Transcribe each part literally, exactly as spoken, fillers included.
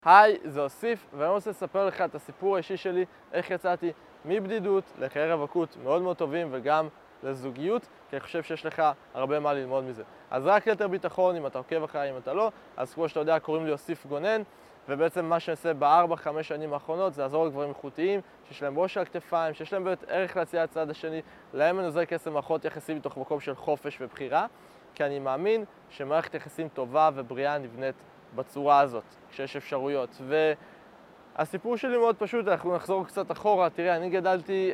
היי, זה אוסיף, ואני רוצה לספר לך את הסיפור האישי שלי, איך יצאתי מבדידות לחיי רווקות מאוד מאוד טובים וגם לזוגיות, כי אני חושב שיש לך הרבה מה ללמוד מזה. אז רק יותר ביטחון, אם אתה עוקב אחריי, אם אתה לא, אז כמו שאתה יודע, קוראים לי אוסיף גונן, ובעצם מה שאני עושה בארבע, חמש שנים האחרונות זה לעזור לגברים איכותיים, שיש להם ראש על הכתפיים, שיש להם באמת ערך להציע הצד השני, להם אני עוזר קסם מערכות יחסים מתוך מקום של חופש ובחירה, כי אני מאמין שמערכת יחסים טובה ובריאה נבנית בצורה הזאת, כשיש אפשרויות. והסיפור שלי מאוד פשוט, אנחנו נחזור קצת אחורה. תראה, אני גדלתי,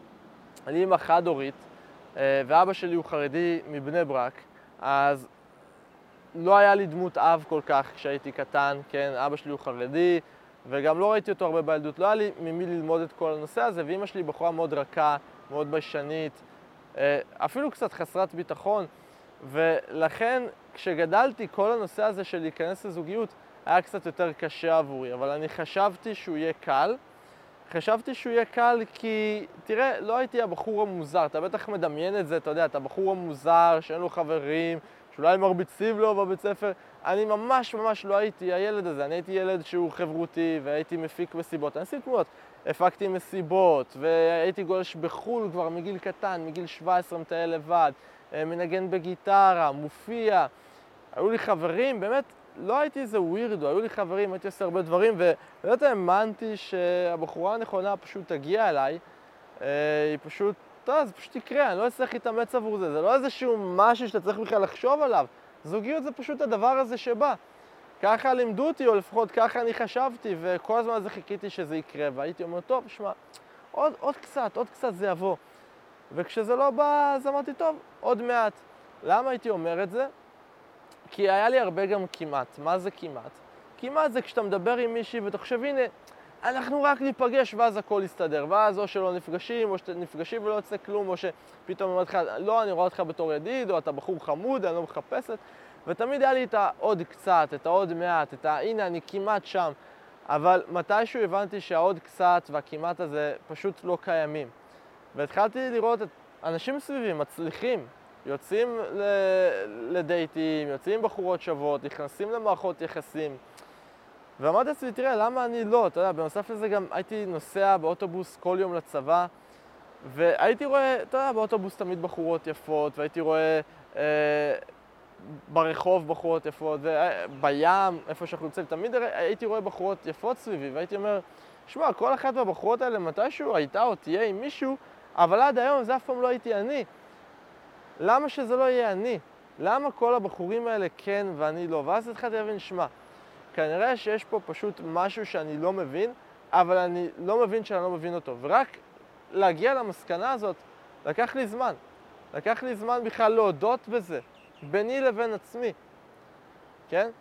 אני אמא חד-הורית, ואבא שלי הוא חרדי מבני ברק, אז לא היה לי דמות אב כל כך כשהייתי קטן, כן? אבא שלי הוא חרדי, וגם לא ראיתי אותו הרבה בילדות, לא היה לי ממי ללמוד את כל הנושא הזה, ואמא שלי בחורה מאוד רכה, מאוד ביישנית, אפילו קצת חסרת ביטחון, ולכן כשגדלתי כל הנושא הזה של להיכנס לזוגיות היה קצת יותר קשה עבורי, אבל אני חשבתי שהוא יהיה קל. חשבתי שהוא יהיה קל כי, תראה, לא הייתי הבחור המוזר, אתה בטח מדמיין את זה, אתה יודע, אתה הבחור המוזר שאין לו חברים, שאולי מרביצים לו בבית ספר. אני ממש ממש לא הייתי הילד הזה, אני הייתי ילד שהוא חברותי והייתי מפיק מסיבות. אני עשיתי תמונות, הפקתי מסיבות והייתי גולש בחול כבר מגיל קטן, מגיל שבע עשרה מטייל לבד, מנגן בגיטרה, מופיע. היו לי חברים, באמת לא הייתי איזה ווירדו, היו לי חברים, הייתי עושה הרבה דברים, ובאמת האמנתי שהבחורה הנכונה פשוט תגיע אליי, היא פשוט, טוב, זה פשוט יקרה, אני לא אצטרך להתאמץ עבור זה, זה לא איזשהו משהו שאתה צריך בכלל לחשוב עליו. זוגיות זה פשוט הדבר הזה שבא. ככה לימדו אותי, או לפחות ככה אני חשבתי, וכל הזמן הזה חיכיתי שזה יקרה, והייתי אומר, טוב, שמע, עוד, עוד קצת, עוד קצת זה יבוא. וכשזה לא בא, אז אמרתי, טוב, עוד מעט. למה הייתי אומר את זה? כי היה לי הרבה גם כמעט. מה זה כמעט? כמעט זה כשאתה מדבר עם מישהי ואתה חושב, הנה, אנחנו רק ניפגש ואז הכל יסתדר. ואז או שלא נפגשים, או שנפגשים ולא יוצא כלום, או שפתאום אומרת לך, לא, אני רואה אותך בתור ידיד, או אתה בחור חמוד, אני לא מחפשת. ותמיד היה לי את העוד קצת, את העוד מעט, את ה... הנה, אני כמעט שם. אבל מתישהו הבנתי שהעוד קצת והכמעט הזה פשוט לא קיימים. והתחלתי לראות את אנשים סביבי מצליחים, יוצאים לדייטים, יוצאים בחורות שוות, נכנסים למערכות יחסים. ואמרתי לעצמי, תראה, למה אני לא? אתה יודע, בנוסף לזה גם הייתי נוסע באוטובוס כל יום לצבא, והייתי רואה, אתה יודע, באוטובוס תמיד בחורות יפות, והייתי רואה אה, ברחוב בחורות יפות, ובים, איפה שאנחנו נמצאים, תמיד הייתי רואה בחורות יפות סביבי, והייתי אומר, שמע, כל אחת מהבחורות האלה מתישהו הייתה או תהיה עם מישהו, אבל עד היום זה אף פעם לא הייתי אני. למה שזה לא יהיה אני? למה כל הבחורים האלה כן ואני לא? ואז התחלתי להבין, שמע, כנראה שיש פה פשוט משהו שאני לא מבין, אבל אני לא מבין שאני לא מבין אותו. ורק להגיע למסקנה הזאת, לקח לי זמן. לקח לי זמן בכלל להודות בזה, ביני לבין עצמי. כן?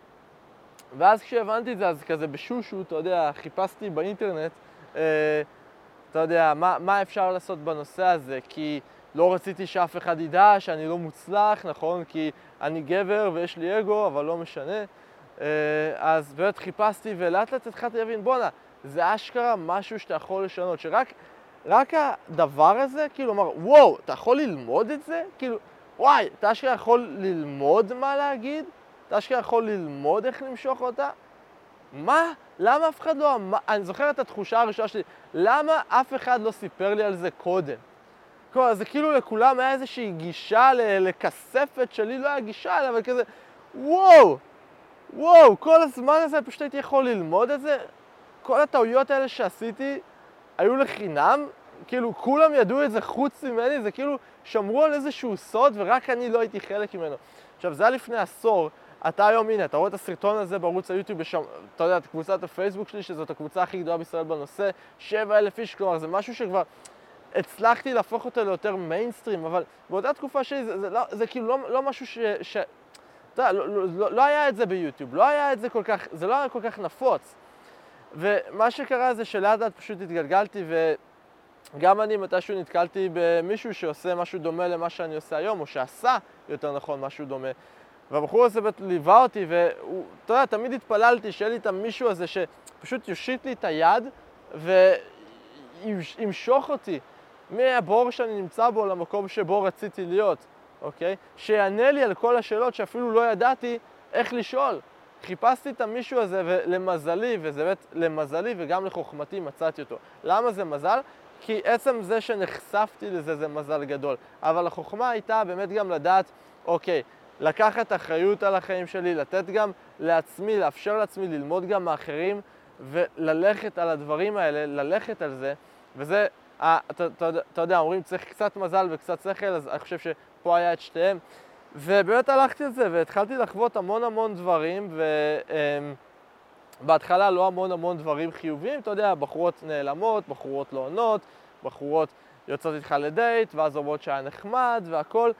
ואז כשהבנתי את זה, אז כזה בשושו, אתה יודע, חיפשתי באינטרנט, אה, אתה יודע, מה, מה אפשר לעשות בנושא הזה, כי לא רציתי שאף אחד ידע שאני לא מוצלח, נכון? כי אני גבר ויש לי אגו, אבל לא משנה. אה, אז באמת חיפשתי ולאט לאט התחלתי להבין, בונה, זה אשכרה משהו שאתה יכול לשנות, שרק רק הדבר הזה, כאילו, אמר, וואו, אתה יכול ללמוד את זה? כאילו, וואי, אתה אשכרה יכול ללמוד מה להגיד? אתה אשכרה יכול ללמוד איך למשוך אותה? מה? למה אף אחד לא... אני זוכר את התחושה הראשונה שלי, למה אף אחד לא סיפר לי על זה קודם? כלומר, זה כאילו לכולם היה איזושהי גישה לכספת שלי, לא היה גישה אליה, אבל כזה, וואו, וואו, כל הזמן הזה פשוט הייתי יכול ללמוד את זה. כל הטעויות האלה שעשיתי היו לחינם, כאילו כולם ידעו את זה חוץ ממני, זה כאילו שמרו על איזשהו סוד ורק אני לא הייתי חלק ממנו. עכשיו, זה היה לפני עשור, אתה היום, הנה, אתה רואה את הסרטון הזה בערוץ היוטיוב, בשם, אתה יודע, את קבוצת הפייסבוק שלי, שזאת הקבוצה הכי גדולה בישראל בנושא, שבע אלף איש, כלומר, זה משהו שכבר הצלחתי להפוך אותו ליותר מיינסטרים, אבל באותה תקופה שלי, זה, זה, לא, זה כאילו לא, לא משהו ש... ש אתה יודע, לא, לא, לא היה את זה ביוטיוב, לא היה את זה כל כך, זה לא היה כל כך נפוץ. ומה שקרה זה שלאט לאט פשוט התגלגלתי, וגם אני מתישהו נתקלתי במישהו שעושה משהו דומה למה שאני עושה היום, או שעשה יותר נכון משהו דומה. והבחור הזה ליווה אותי, ואתה יודע, תמיד התפללתי שיהיה לי את המישהו הזה שפשוט יושיט לי את היד וימשוך אותי מהבור שאני נמצא בו למקום שבו רציתי להיות, אוקיי? שיענה לי על כל השאלות שאפילו לא ידעתי איך לשאול. חיפשתי את המישהו הזה, ולמזלי, וזה באמת למזלי וגם לחוכמתי מצאתי אותו. למה זה מזל? כי עצם זה שנחשפתי לזה זה מזל גדול. אבל החוכמה הייתה באמת גם לדעת, אוקיי, לקחת אחריות על החיים שלי, לתת גם לעצמי, לאפשר לעצמי ללמוד גם מאחרים, וללכת על הדברים האלה, ללכת על זה, וזה, אתה, אתה, אתה יודע, אומרים צריך קצת מזל וקצת שכל, אז אני חושב שפה היה את שתיהם. ובאמת הלכתי על זה, והתחלתי לחוות המון המון דברים, ובהתחלה לא המון המון דברים חיוביים, אתה יודע, בחורות נעלמות, בחורות לא עונות, בחורות יוצאות איתך לדייט, ואז אומרות שהיה נחמד והכל,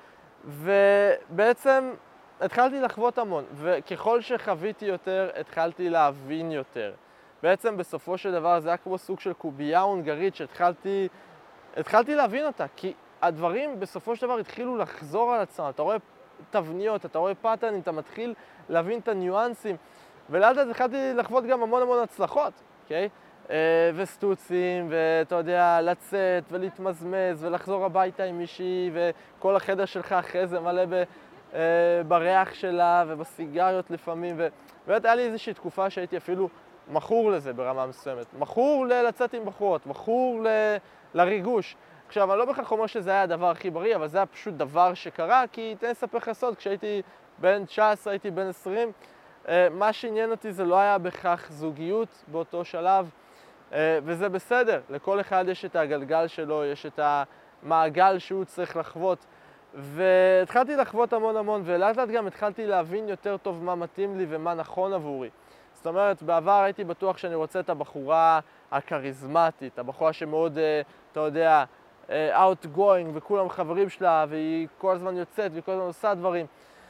ובעצם התחלתי לחוות המון, וככל שחוויתי יותר, התחלתי להבין יותר. בעצם בסופו של דבר זה היה כמו סוג של קובייה הונגרית שהתחלתי התחלתי להבין אותה, כי הדברים בסופו של דבר התחילו לחזור על עצמם. אתה רואה תבניות, אתה רואה פאטרנים, אתה מתחיל להבין את הניואנסים, ולאט לאט התחלתי לחוות גם המון המון הצלחות, אוקיי? וסטוצים, ואתה יודע, לצאת ולהתמזמז ולחזור הביתה עם מישהי, וכל החדר שלך אחרי זה מלא ב, בריח שלה ובסיגריות לפעמים, ובאמת היה לי איזושהי תקופה שהייתי אפילו מכור לזה ברמה מסוימת, מכור לצאת עם בחורות, מכור ל, לריגוש. עכשיו, אני לא בכך אומר שזה היה הדבר הכי בריא, אבל זה היה פשוט דבר שקרה, כי תן לספר לך סוד, כשהייתי בן תשע עשרה, הייתי בן עשרים, מה שעניין אותי זה לא היה בכך זוגיות באותו שלב, וזה בסדר, לכל אחד יש את הגלגל שלו, יש את המעגל שהוא צריך לחוות, והתחלתי לחוות המון המון, ולאט לאט גם התחלתי להבין יותר טוב מה מתאים לי ומה נכון עבורי. זאת אומרת, בעבר הייתי בטוח שאני רוצה את הבחורה הכריזמטית, הבחורה שמאוד, אתה יודע, outgoing, וכולם חברים שלה, והיא כל הזמן יוצאת וכל הזמן עושה דברים.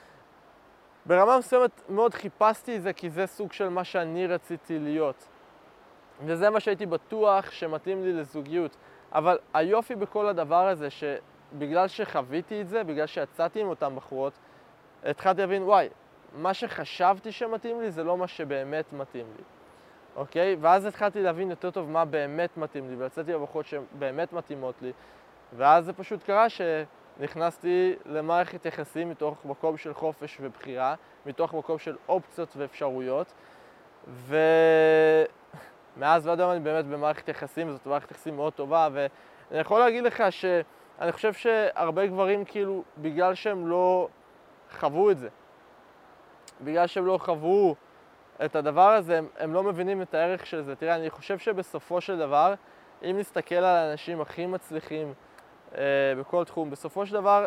ברמה מסוימת מאוד חיפשתי את זה, כי זה סוג של מה שאני רציתי להיות. וזה מה שהייתי בטוח שמתאים לי לזוגיות. אבל היופי בכל הדבר הזה, שבגלל שחוויתי את זה, בגלל שיצאתי עם אותן בחורות, התחלתי להבין, וואי, מה שחשבתי שמתאים לי זה לא מה שבאמת מתאים לי. אוקיי? ואז התחלתי להבין יותר טוב מה באמת מתאים לי, ויצאתי בבחורות שבאמת מתאימות לי. ואז זה פשוט קרה שנכנסתי למערכת יחסים מתוך מקום של חופש ובחירה, מתוך מקום של אופציות ואפשרויות. ומאז ועד היום אני באמת במערכת יחסים, זאת מערכת יחסים מאוד טובה, ואני יכול להגיד לך שאני חושב שהרבה גברים כאילו, בגלל שהם לא חוו את זה, בגלל שהם לא חוו את הדבר הזה, הם, הם לא מבינים את הערך של זה. תראה, אני חושב שבסופו של דבר, אם נסתכל על האנשים הכי מצליחים אה, בכל תחום, בסופו של דבר,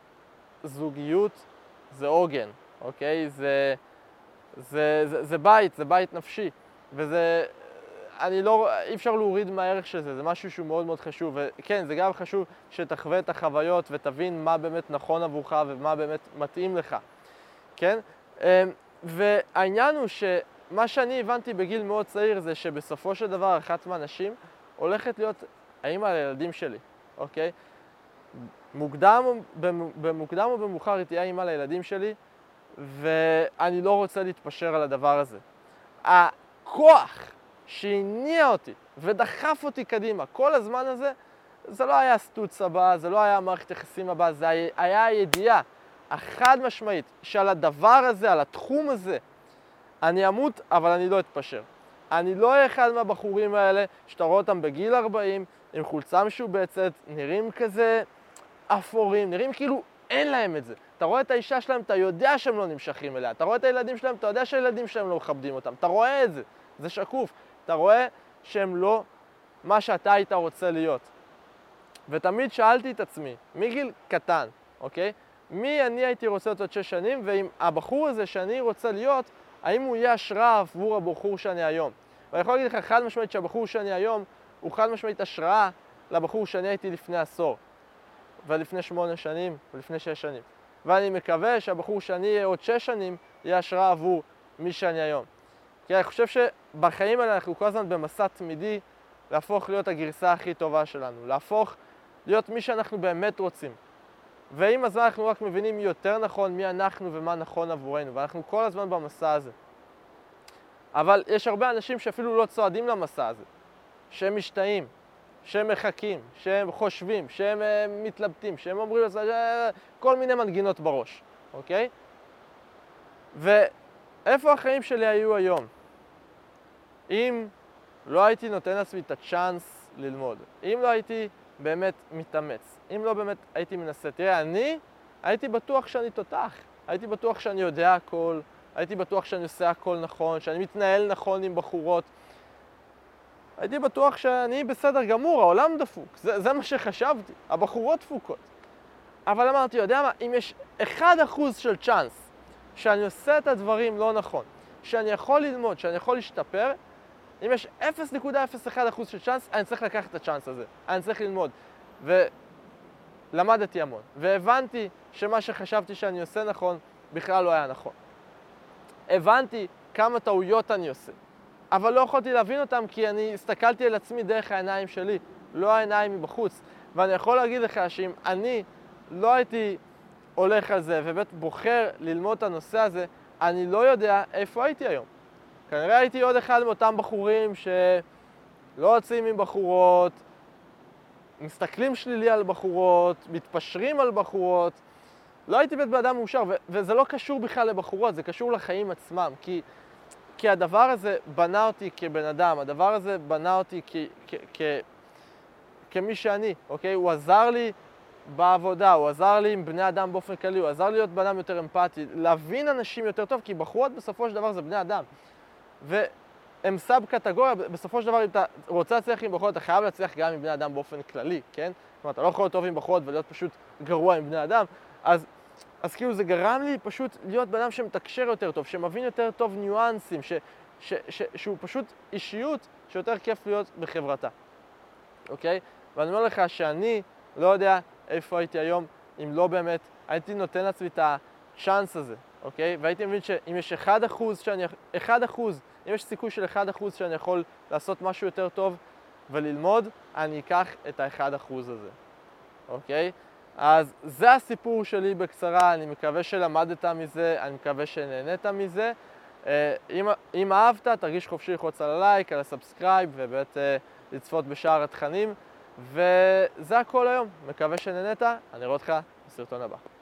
זוגיות זה עוגן, אוקיי? זה, זה, זה, זה בית, זה בית נפשי, וזה, אני לא, אי אפשר להוריד מהערך של זה, זה משהו שהוא מאוד מאוד חשוב, וכן, זה גם חשוב שתחווה את החוויות ותבין מה באמת נכון עבורך ומה באמת מתאים לך, כן? והעניין הוא שמה שאני הבנתי בגיל מאוד צעיר זה שבסופו של דבר אחת מהנשים הולכת להיות האמא לילדים שלי, אוקיי? מוקדם, במוקדם או במאוחר היא תהיה האמא לילדים שלי, ואני לא רוצה להתפשר על הדבר הזה. הכוח שהניע אותי ודחף אותי קדימה כל הזמן הזה, זה לא היה הסטוץ הבא, זה לא היה מערכת יחסים הבא, זה היה הידיעה החד משמעית שעל הדבר הזה, על התחום הזה, אני אמות, אבל אני לא אתפשר. אני לא אהיה אחד מהבחורים האלה שאתה רואה אותם בגיל ארבעים, עם חולצה משובצת, נראים כזה אפורים, נראים כאילו אין להם את זה. אתה רואה את האישה שלהם, אתה יודע שהם לא נמשכים אליה. אתה רואה את הילדים שלהם, אתה יודע שהילדים שלהם לא מכבדים אותם. אתה רואה את זה, זה שקוף. אתה רואה שהם לא מה שאתה היית רוצה להיות. ותמיד שאלתי את עצמי, מגיל קטן, אוקיי? מי אני הייתי רוצה להיות עוד שש שנים, ועם הבחור הזה שאני רוצה להיות, האם הוא יהיה השראה עבור הבחור שאני היום. ואני יכול להגיד לך חד משמעית שהבחור שאני היום, הוא חד משמעית השראה לבחור שאני הייתי לפני עשור, ולפני שמונה שנים, ולפני שש שנים. ואני מקווה שהבחור שאני יהיה עוד שש שנים, יהיה השראה עבור מי שאני היום. כי אני חושב שבחיים האלה אנחנו כל הזמן במסע תמידי, להפוך להיות הגרסה הכי טובה שלנו, להפוך להיות מי שאנחנו באמת רוצים. ועם הזמן אנחנו רק מבינים מי יותר נכון, מי אנחנו ומה נכון עבורנו, ואנחנו כל הזמן במסע הזה. אבל יש הרבה אנשים שאפילו לא צועדים למסע הזה, שהם משתאים, שהם מחכים, שהם חושבים, שהם uh, מתלבטים, שהם אומרים uh, כל מיני מנגינות בראש, אוקיי? איפה החיים שלי היו היום? אם לא הייתי נותן לעצמי את הצ'אנס ללמוד, אם לא הייתי באמת מתאמץ, אם לא באמת הייתי מנסה. תראה, אני הייתי בטוח שאני תותח, הייתי בטוח שאני יודע הכל, הייתי בטוח שאני עושה הכל נכון, שאני מתנהל נכון עם בחורות. הייתי בטוח שאני בסדר גמור, העולם דפוק, זה, זה מה שחשבתי, הבחורות דפוקות. אבל אמרתי, יודע מה, אם יש אחד אחוז של צ'אנס שאני עושה את הדברים לא נכון, שאני יכול ללמוד, שאני יכול להשתפר, אם יש אפס נקודה אפס אחת אחוז של צ'אנס, אני צריך לקחת את הצ'אנס הזה, אני צריך ללמוד. ולמדתי המון, והבנתי שמה שחשבתי שאני עושה נכון, בכלל לא היה נכון. הבנתי כמה טעויות אני עושה, אבל לא יכולתי להבין אותם כי אני הסתכלתי על עצמי דרך העיניים שלי, לא העיניים מבחוץ. ואני יכול להגיד לך שאם אני לא הייתי הולך על זה ובאמת בוחר ללמוד את הנושא הזה, אני לא יודע איפה הייתי היום. כנראה הייתי עוד אחד מאותם בחורים שלא יוצאים עם בחורות, מסתכלים שלילי על בחורות, מתפשרים על בחורות. לא הייתי בית באדם מאושר, ו- וזה לא קשור בכלל לבחורות, זה קשור לחיים עצמם. כי, כי הדבר הזה בנה אותי כבן אדם, הדבר הזה בנה אותי כ- כ- כ- כמי שאני, אוקיי? הוא עזר לי בעבודה, הוא עזר לי עם בני אדם באופן כללי, הוא עזר לי להיות בן אדם יותר אמפתי, להבין אנשים יותר טוב, כי בחורות בסופו של דבר זה בני אדם. והם סאב קטגוריה, בסופו של דבר אם אתה רוצה להצליח עם בחורות, אתה חייב להצליח גם עם בני אדם באופן כללי, כן? זאת אומרת, אתה לא יכול להיות טוב עם בחורות ולהיות פשוט גרוע עם בני אדם, אז, אז כאילו זה גרם לי פשוט להיות בן אדם שמתקשר יותר טוב, שמבין יותר טוב ניואנסים, ש, ש, ש, שהוא פשוט אישיות שיותר כיף להיות בחברתה, אוקיי? ואני אומר לך שאני לא יודע איפה הייתי היום אם לא באמת הייתי נותן לעצמי את הצ'אנס הזה, אוקיי? והייתי מבין שאם יש אחד אחוז שאני, אחד אחוז, אם יש סיכוי של אחד אחוז שאני יכול לעשות משהו יותר טוב וללמוד, אני אקח את האחד אחוז הזה, אוקיי? אז זה הסיפור שלי בקצרה, אני מקווה שלמדת מזה, אני מקווה שנהנית מזה. אם, אם אהבת, תרגיש חופשי ללחוץ על הלייק, על הסאבסקרייב ובאמת לצפות בשאר התכנים. וזה הכל היום, מקווה שנהנית, אני רואה אותך בסרטון הבא.